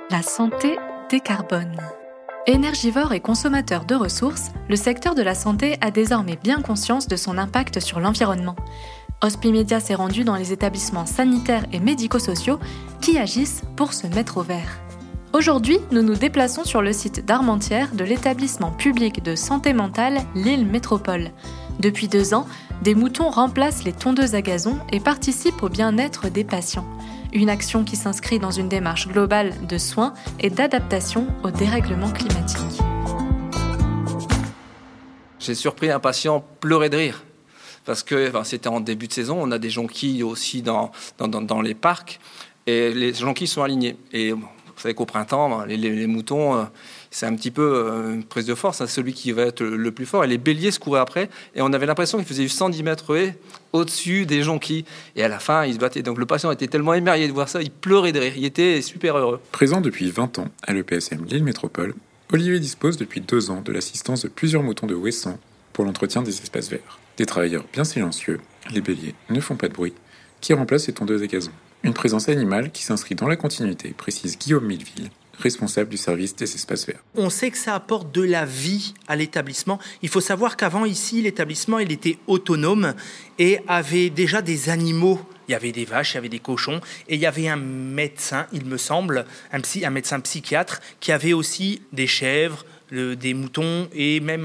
La santé décarbone. Énergivore et consommateur de ressources, le secteur de la santé a désormais bien conscience de son impact sur l'environnement. Hospimedia s'est rendu dans les établissements sanitaires et médico-sociaux qui agissent pour se mettre au vert. Aujourd'hui, nous nous déplaçons sur le site d'Armentières de l'établissement public de santé mentale Lille Métropole. Depuis 2 ans, des moutons remplacent les tondeuses à gazon et participent au bien-être des patients. Une action qui s'inscrit dans une démarche globale de soins et d'adaptation au dérèglement climatique. J'ai surpris un patient pleurer de rire. Parce que c'était en début de saison, on a des jonquilles aussi dans les parcs, et les jonquilles sont alignées. Et vous savez qu'au printemps, les moutons, c'est un petit peu une prise de force, celui qui va être le plus fort. Et les béliers se couraient après, et on avait l'impression qu'ils faisaient 110 mètres haies au-dessus des jonquilles. Et à la fin, ils se battaient. Donc le patient était tellement émerveillé de voir ça, il pleurait de rire, il était super heureux. Présent depuis 20 ans à l'EPSM Lille Métropole, Olivier dispose depuis 2 ans de l'assistance de plusieurs moutons de Ouessant pour l'entretien des espaces verts. Des travailleurs bien silencieux, les béliers ne font pas de bruit, qui remplacent les tondeuses à gazon. Une présence animale qui s'inscrit dans la continuité, précise Guillaume Milleville, responsable du service des espaces verts. On sait que ça apporte de la vie à l'établissement. Il faut savoir qu'avant ici, l'établissement il était autonome et avait déjà des animaux. Il y avait des vaches, il y avait des cochons et il y avait un médecin, il me semble, un médecin psychiatre qui avait aussi des chèvres, des moutons et même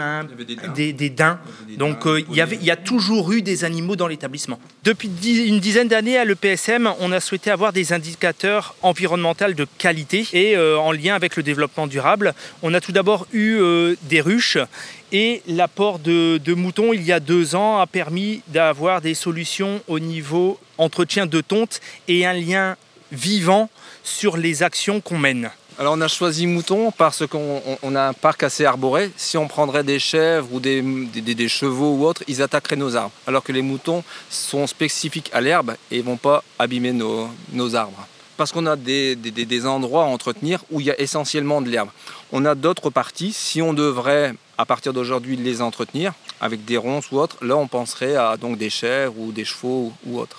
des daims. Donc il y a toujours eu des animaux dans l'établissement. Depuis une dizaine d'années à l'EPSM, on a souhaité avoir des indicateurs environnementaux de qualité et en lien avec le développement durable. On a tout d'abord eu des ruches et l'apport de moutons il y a 2 ans a permis d'avoir des solutions au niveau entretien de tonte et un lien vivant sur les actions qu'on mène. Alors on a choisi mouton parce qu'on a un parc assez arboré. Si on prendrait des chèvres ou des chevaux ou autres, ils attaqueraient nos arbres. Alors que les moutons sont spécifiques à l'herbe et ne vont pas abîmer nos arbres. Parce qu'on a des endroits à entretenir où il y a essentiellement de l'herbe. On a d'autres parties, si on devrait à partir d'aujourd'hui les entretenir avec des ronces ou autres, là on penserait à donc des chèvres ou des chevaux ou autres.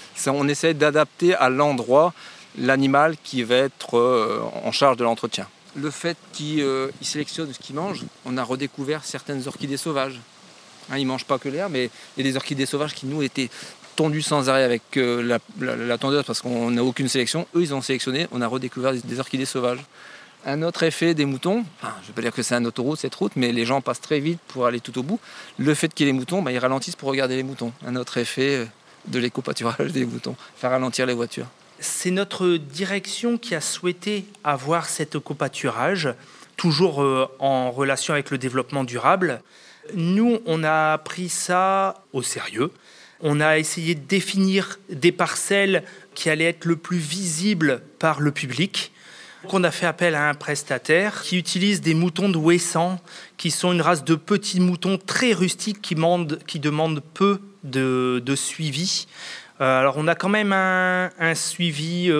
On essaie d'adapter à l'endroit l'animal qui va être en charge de l'entretien. Le fait qu'il sélectionne ce qu'il mange, on a redécouvert certaines orchidées sauvages. Ils ne mangent pas que l'herbe, mais il y a des orchidées sauvages qui nous étaient tondues sans arrêt avec la tondeuse parce qu'on n'a aucune sélection. Eux, ils ont sélectionné, on a redécouvert des orchidées sauvages. Un autre effet des moutons, je ne vais pas dire que c'est une autoroute cette route, mais les gens passent très vite pour aller tout au bout. Le fait qu'il y ait les moutons, ils ralentissent pour regarder les moutons. Un autre effet de l'éco-pâturage des moutons, faire ralentir les voitures. C'est notre direction qui a souhaité avoir cet éco-pâturage, toujours en relation avec le développement durable. Nous, on a pris ça au sérieux. On a essayé de définir des parcelles qui allaient être le plus visibles par le public. Donc on a fait appel à un prestataire qui utilise des moutons de Ouessant, qui sont une race de petits moutons très rustiques qui demandent peu de suivi. Alors on a quand même un suivi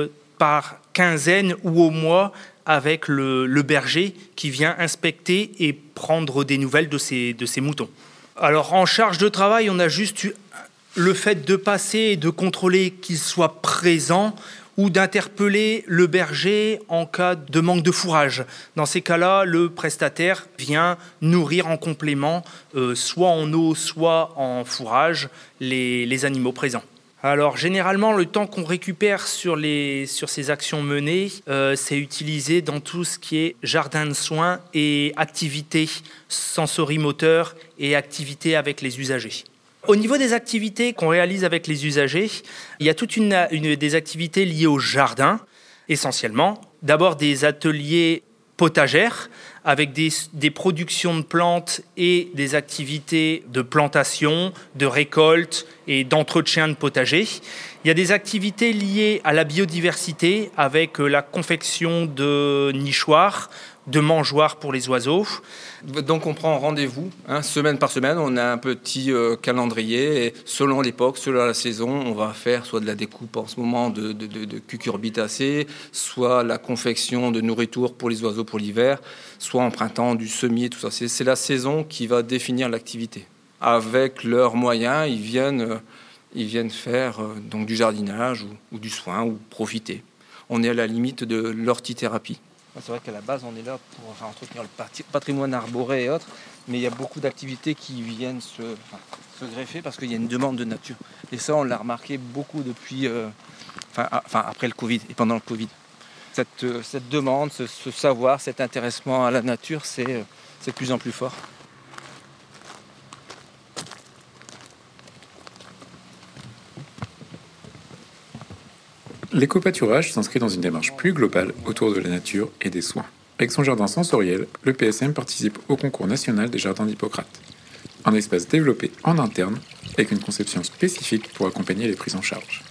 par quinzaine ou au mois avec le berger qui vient inspecter et prendre des nouvelles de ces moutons. Alors en charge de travail, on a juste eu le fait de passer et de contrôler qu'ils soient présents ou d'interpeller le berger en cas de manque de fourrage. Dans ces cas-là, le prestataire vient nourrir en complément, soit en eau, soit en fourrage, les animaux présents. Alors généralement, le temps qu'on récupère sur ces actions menées, c'est utilisé dans tout ce qui est jardin de soins et activités sensorimoteurs et activités avec les usagers. Au niveau des activités qu'on réalise avec les usagers, il y a toutes des activités liées au jardin, essentiellement. D'abord des ateliers potagères avec des productions de plantes et des activités de plantation, de récolte et d'entretien de potager. Il y a des activités liées à la biodiversité avec la confection de nichoirs, de mangeoires pour les oiseaux. Donc on prend rendez-vous, semaine par semaine, on a un petit calendrier et selon l'époque, selon la saison, on va faire soit de la découpe en ce moment de cucurbitacées, soit la confection de nourriture pour les oiseaux pour l'hiver, soit en printemps du semis, tout ça. C'est la saison qui va définir l'activité. Avec leurs moyens, ils viennent faire donc du jardinage ou du soin ou profiter. on est à la limite de l'ortithérapie. C'est vrai qu'à la base, on est là pour entretenir le patrimoine arboré et autres, mais il y a beaucoup d'activités qui viennent se greffer parce qu'il y a une demande de nature. Et ça, on l'a remarqué beaucoup depuis, après le Covid et pendant le Covid. Cette demande, ce savoir, cet intéressement à la nature, c'est de plus en plus fort. L'éco-pâturage s'inscrit dans une démarche plus globale autour de la nature et des soins. Avec son jardin sensoriel, le PSM participe au concours national des jardins d'Hippocrate. Un espace développé en interne avec une conception spécifique pour accompagner les prises en charge.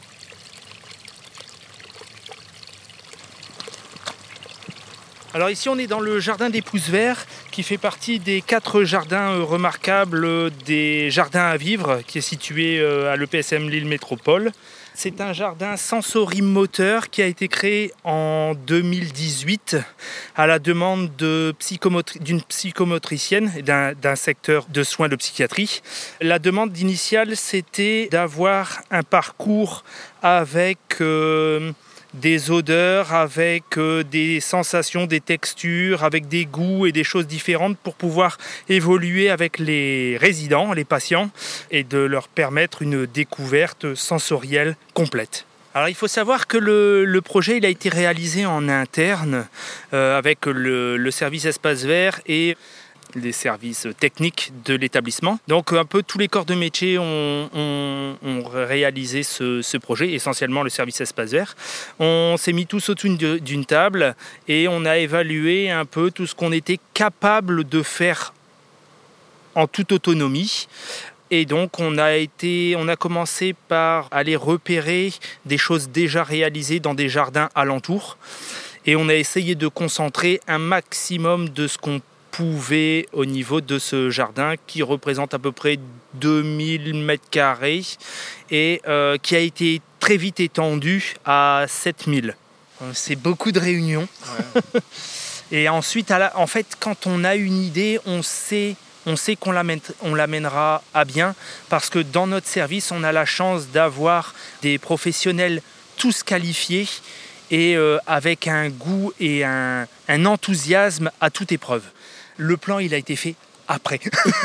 Alors ici on est dans le jardin des Pousses Verts qui fait partie des 4 jardins remarquables des jardins à vivre qui est situé à l'EPSM Lille Métropole. C'est un jardin sensorimoteur qui a été créé en 2018 à la demande d'une psychomotricienne et d'un secteur de soins de psychiatrie. La demande initiale, c'était d'avoir un parcours avec des odeurs, avec des sensations, des textures, avec des goûts et des choses différentes pour pouvoir évoluer avec les résidents, les patients, et de leur permettre une découverte sensorielle complète. Alors il faut savoir que le projet il a été réalisé en interne avec le service espace vert et les services techniques de l'établissement. Donc un peu tous les corps de métier ont réalisé ce projet, essentiellement le service espace vert. On s'est mis tous autour d'une table et on a évalué un peu tout ce qu'on était capable de faire en toute autonomie. Et donc on a commencé par aller repérer des choses déjà réalisées dans des jardins alentours. Et on a essayé de concentrer un maximum de ce qu'on pouvait au niveau de ce jardin qui représente à peu près 2000 m² et qui a été très vite étendu à 7000. C'est beaucoup de réunions. Ouais. Et ensuite, en fait, quand on a une idée, on sait qu'on l'amènera à bien parce que dans notre service, on a la chance d'avoir des professionnels tous qualifiés et avec un goût et un enthousiasme à toute épreuve. Le plan, il a été fait après.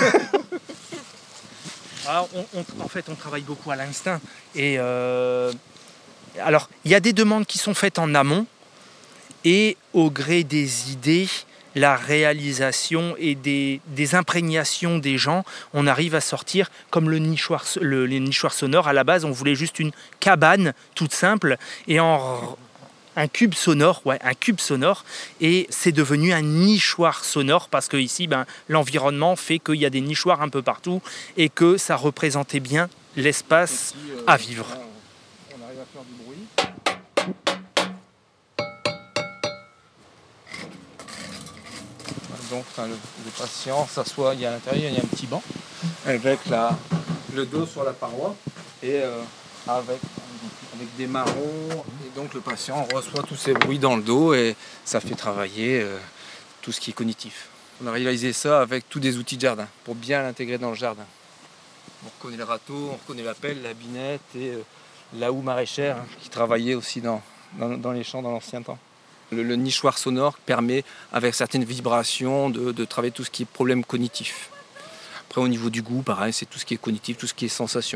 Alors, en fait, on travaille beaucoup à l'instinct. Et alors, il y a des demandes qui sont faites en amont. Et au gré des idées, la réalisation et des imprégnations des gens, on arrive à sortir comme les nichoirs sonores. À la base, on voulait juste une cabane toute simple. Et un cube sonore, et c'est devenu un nichoir sonore parce que ici, l'environnement fait qu'il y a des nichoirs un peu partout et que ça représentait bien l'espace à vivre. On arrive à faire du bruit. Donc le patient s'assoit, il y a à l'intérieur, il y a un petit banc avec le dos sur la paroi et avec des marrons, et donc le patient reçoit tous ces bruits dans le dos et ça fait travailler tout ce qui est cognitif. On a réalisé ça avec tous des outils de jardin pour bien l'intégrer dans le jardin. On reconnaît le râteau, on reconnaît la pelle, la binette et la houe maraîchère qui travaillait aussi dans les champs dans l'ancien temps. Le nichoir sonore permet, avec certaines vibrations, de travailler tout ce qui est problème cognitif. Après, au niveau du goût, pareil, c'est tout ce qui est cognitif, tout ce qui est sensation.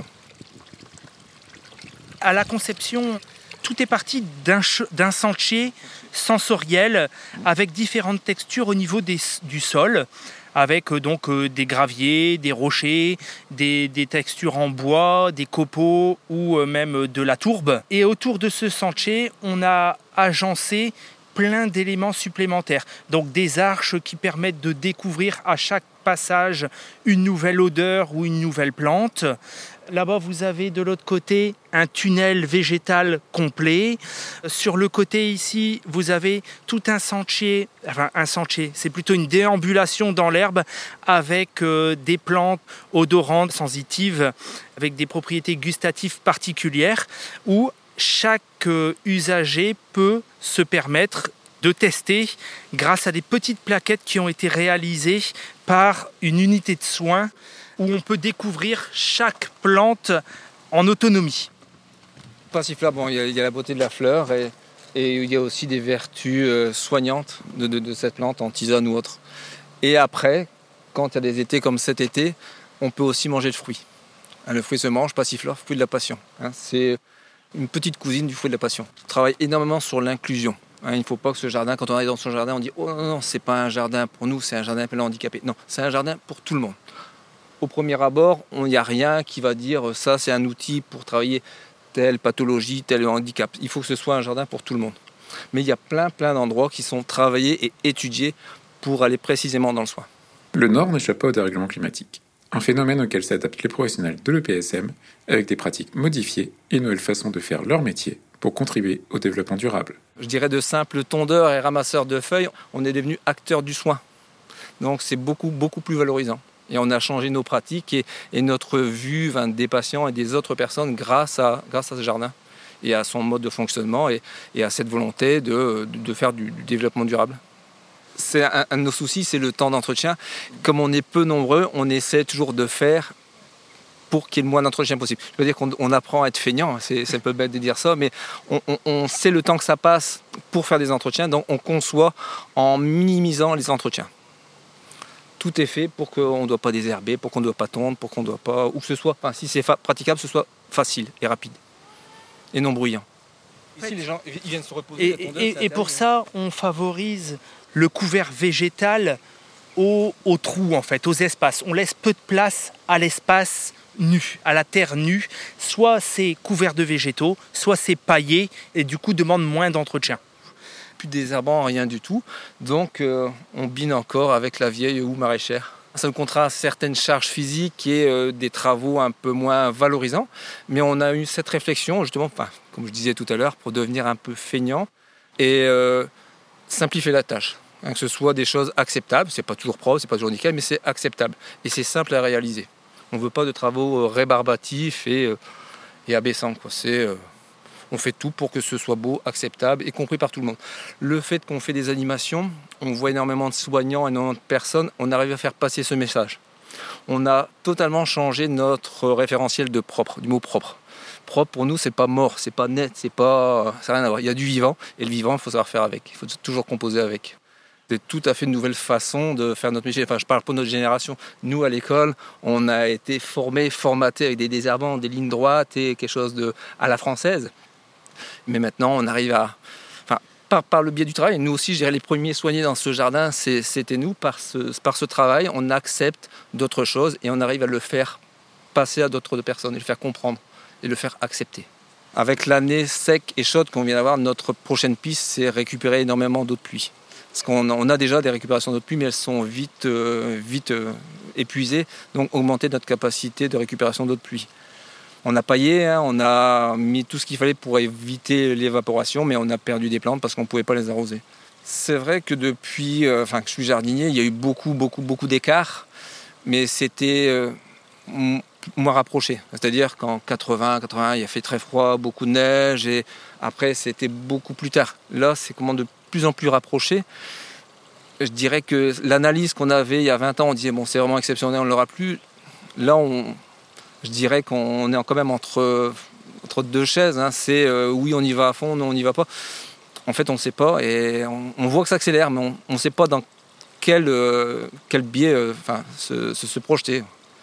À la conception, tout est parti d'un sentier sensoriel avec différentes textures au niveau du sol, avec des graviers, des rochers, des textures en bois, des copeaux ou même de la tourbe. Et autour de ce sentier, on a agencé plein d'éléments supplémentaires. Donc des arches qui permettent de découvrir à chaque passage une nouvelle odeur ou une nouvelle plante. Là-bas, vous avez de l'autre côté un tunnel végétal complet. Sur le côté ici, vous avez tout un sentier, c'est plutôt une déambulation dans l'herbe avec des plantes odorantes, sensitives, avec des propriétés gustatives particulières, où chaque usager peut se permettre de tester grâce à des petites plaquettes qui ont été réalisées par une unité de soins où on peut découvrir chaque plante en autonomie. Passiflore, il y a la beauté de la fleur et Et il y a aussi des vertus soignantes de cette plante en tisane ou autre. Et après, quand il y a des étés comme cet été, on peut aussi manger le fruit. Le fruit se mange, passiflore, fruit de la passion. C'est une petite cousine du fruit de la passion. On travaille énormément sur l'inclusion. Il ne faut pas que ce jardin, quand on arrive dans son jardin, on dit « Oh non, c'est pas un jardin pour nous, c'est un jardin pour les handicapés ». Non, c'est un jardin pour tout le monde. Au premier abord, il n'y a rien qui va dire « ça, c'est un outil pour travailler telle pathologie, tel handicap ». Il faut que ce soit un jardin pour tout le monde. Mais il y a plein d'endroits qui sont travaillés et étudiés pour aller précisément dans le soin. Le Nord n'échappe pas au dérèglement climatique. Un phénomène auquel s'adaptent les professionnels de l'EPSM avec des pratiques modifiées et une nouvelle façon de faire leur métier pour contribuer au développement durable. Je dirais de simples tondeurs et ramasseurs de feuilles, on est devenu acteurs du soin. Donc c'est beaucoup plus valorisant. Et on a changé nos pratiques et notre vue des patients et des autres personnes grâce à ce jardin et à son mode de fonctionnement et à cette volonté de faire du développement durable. C'est un de nos soucis, c'est le temps d'entretien. Comme on est peu nombreux, on essaie toujours de faire pour qu'il y ait le moins d'entretien possible. Je veux dire qu'on apprend à être feignant, c'est un peu bête de dire ça, mais on sait le temps que ça passe pour faire des entretiens, donc on conçoit en minimisant les entretiens. Tout est fait pour qu'on ne doit pas désherber, pour qu'on ne doit pas tondre, pour qu'on ne doit pas... Ou que ce soit, si c'est praticable, ce soit facile et rapide et non bruyant. Ici, les gens ils viennent se reposer. Et pour ça, on favorise le couvert végétal aux trous, en fait, aux espaces. On laisse peu de place à l'espace nu, à la terre nue. Soit c'est couvert de végétaux, soit c'est paillé et du coup demande moins d'entretien. Plus désherbant, rien du tout. Donc on bine encore avec la vieille houe maraîchère. Ça nous contraste certaines charges physiques et des travaux un peu moins valorisants. Mais on a eu cette réflexion, justement, comme je disais tout à l'heure, pour devenir un peu feignant et simplifier la tâche. Que ce soit des choses acceptables, c'est pas toujours propre, c'est pas toujours nickel, mais c'est acceptable. Et c'est simple à réaliser. On ne veut pas de travaux rébarbatifs et abaissants. On fait tout pour que ce soit beau, acceptable et compris par tout le monde. Le fait qu'on fait des animations, on voit énormément de soignants, énormément de personnes, on arrive à faire passer ce message. On a totalement changé notre référentiel de propre, du mot propre. Propre pour nous, c'est pas mort, c'est pas net, ça n'a rien à voir. Il y a du vivant et le vivant, il faut savoir faire avec. Il faut toujours composer avec. C'est tout à fait une nouvelle façon de faire notre métier. Je parle pour notre génération. Nous, à l'école, on a été formatés avec des désherbants, des lignes droites et quelque chose à la française. Mais maintenant, on arrive à... par le biais du travail, nous aussi, je dirais, les premiers soignés dans ce jardin, c'était nous. Par ce travail, on accepte d'autres choses et on arrive à le faire passer à d'autres personnes et le faire comprendre et le faire accepter. Avec l'année sec et chaude qu'on vient d'avoir, notre prochaine piste, c'est récupérer énormément d'eau de pluie. Parce qu'on a déjà des récupérations d'eau de pluie, mais elles sont vite épuisées. Donc augmenter notre capacité de récupération d'eau de pluie. On a paillé, on a mis tout ce qu'il fallait pour éviter l'évaporation, mais on a perdu des plantes parce qu'on ne pouvait pas les arroser. C'est vrai que depuis que je suis jardinier, il y a eu beaucoup d'écarts, mais c'était moins rapproché. C'est-à-dire qu'en 80, il a fait très froid, beaucoup de neige, et après c'était beaucoup plus tard. Là, c'est de plus en plus rapproché. Je dirais que l'analyse qu'on avait il y a 20 ans, on disait c'est vraiment exceptionnel, on ne l'aura plus. Là, je dirais qu'on est quand même entre deux chaises. C'est oui, on y va à fond, non, on n'y va pas. En fait, on ne sait pas et on voit que ça accélère, mais on ne sait pas dans quel biais se projeter.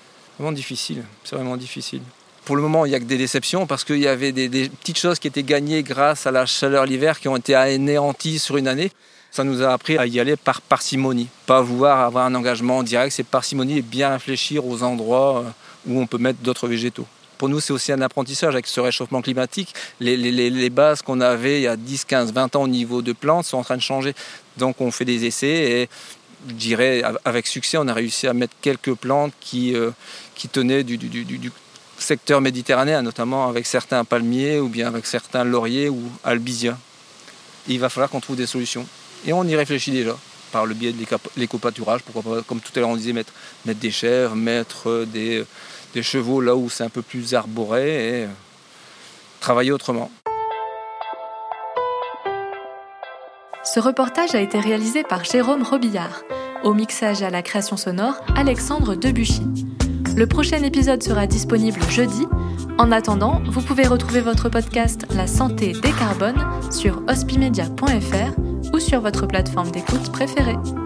C'est vraiment difficile. Pour le moment, il n'y a que des déceptions parce qu'il y avait des petites choses qui étaient gagnées grâce à la chaleur l'hiver qui ont été anéanties sur une année. Ça nous a appris à y aller par parcimonie. Pas vouloir avoir un engagement direct, c'est parcimonie et bien réfléchir aux endroits où on peut mettre d'autres végétaux. Pour nous, c'est aussi un apprentissage avec ce réchauffement climatique. Les bases qu'on avait il y a 10, 15, 20 ans au niveau de plantes sont en train de changer. Donc on fait des essais et je dirais avec succès, on a réussi à mettre quelques plantes qui tenaient du secteur méditerranéen, notamment avec certains palmiers ou bien avec certains lauriers ou albizia. Et il va falloir qu'on trouve des solutions. Et on y réfléchit déjà, par le biais de l'éco-pâturage, pourquoi pas, comme tout à l'heure on disait, mettre des chèvres, mettre des chevaux là où c'est un peu plus arboré et travailler autrement. Ce reportage a été réalisé par Jérôme Robillard. Au mixage et à la création sonore, Alexandre Debuchy. Le prochain épisode sera disponible jeudi. En attendant, vous pouvez retrouver votre podcast La santé décarbone sur hospimedia.fr ou sur votre plateforme d'écoute préférée.